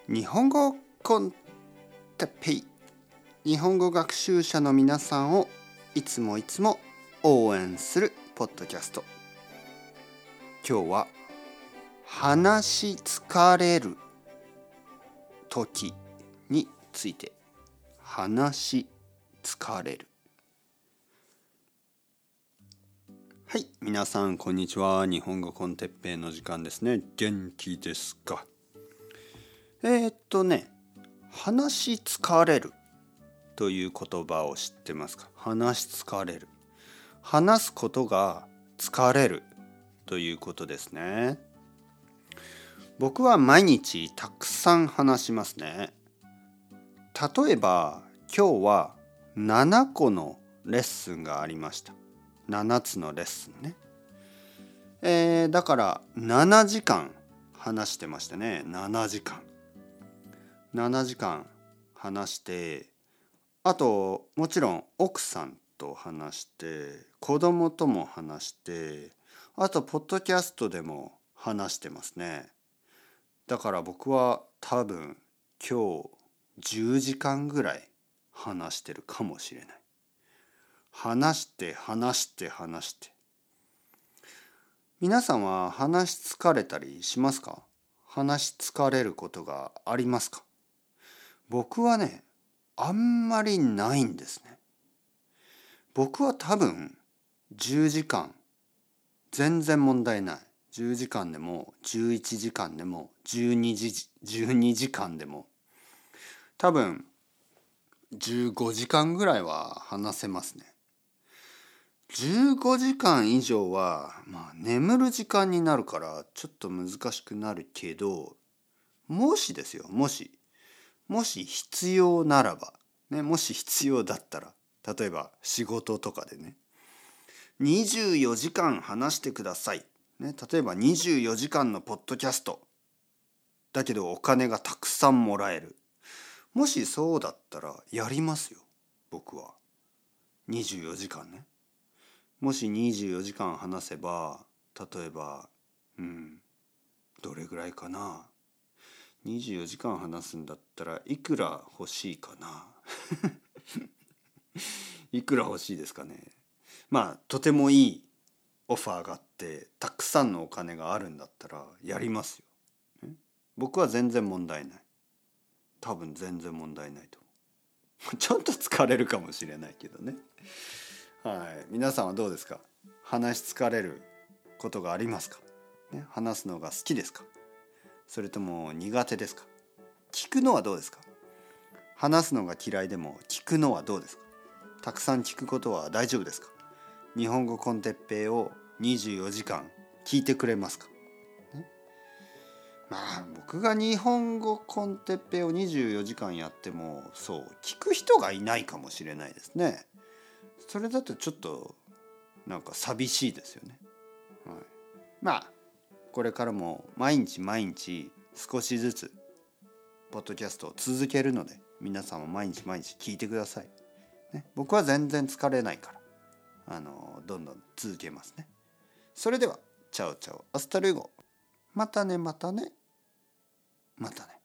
日本語コンテッペイ、日本語学習者の皆さんをいつも応援するポッドキャスト。今日は話し疲れる時について。話し疲れる。はい、皆さんこんにちは。日本語コンテッペイの時間ですね。元気ですか？話し疲れるという言葉を知ってますか？話し疲れる。話すことが疲れるということですね。僕は毎日たくさん話しますね。例えば今日は7個のレッスンがありました。7つのレッスンね。だから7時間話してましたね。7時間話して、あともちろん奥さんと話して、子供とも話して、あとポッドキャストでも話してますね。だから僕は多分今日10時間ぐらい話してるかもしれない。話して皆さんは話し疲れたりしますか？話し疲れることがありますか？僕はね、あんまりないんですね。僕は多分10時間全然問題ない。10時間でも11時間でも12時間でも多分15時間ぐらいは話せますね。15時間以上は眠る時間になるからちょっと難しくなるけど、もし必要ならばね、もし必要だったら、例えば仕事とかでね、24時間話してください、ね、例えば24時間のポッドキャストだけどお金がたくさんもらえる。もしそうだったらやりますよ、僕は。24時間ね。もし24時間話せば、例えばどれぐらいかな。24時間話すんだったらいくら欲しいかな。いくら欲しいですかね。とてもいいオファーがあってたくさんのお金があるんだったらやりますよ。僕は全然問題ない。多分全然問題ないと思う。ちょっと疲れるかもしれないけどね。はい、皆さんはどうですか？話し疲れることがありますか？ね、話すのが好きですか？それとも苦手ですか？聞くのはどうですか？話すのが嫌いでも聞くのはどうですか？たくさん聞くことは大丈夫ですか？日本語コンテッペイを24時間聞いてくれますか？ね、僕が日本語コンテッペイを24時間やっても聞く人がいないかもしれないですね。それだとちょっとなんか寂しいですよね。はい、これからも毎日少しずつポッドキャストを続けるので、皆さんも毎日聞いてください、ね、僕は全然疲れないからどんどん続けますね。それではチャオチャオアスタルゴ。またね。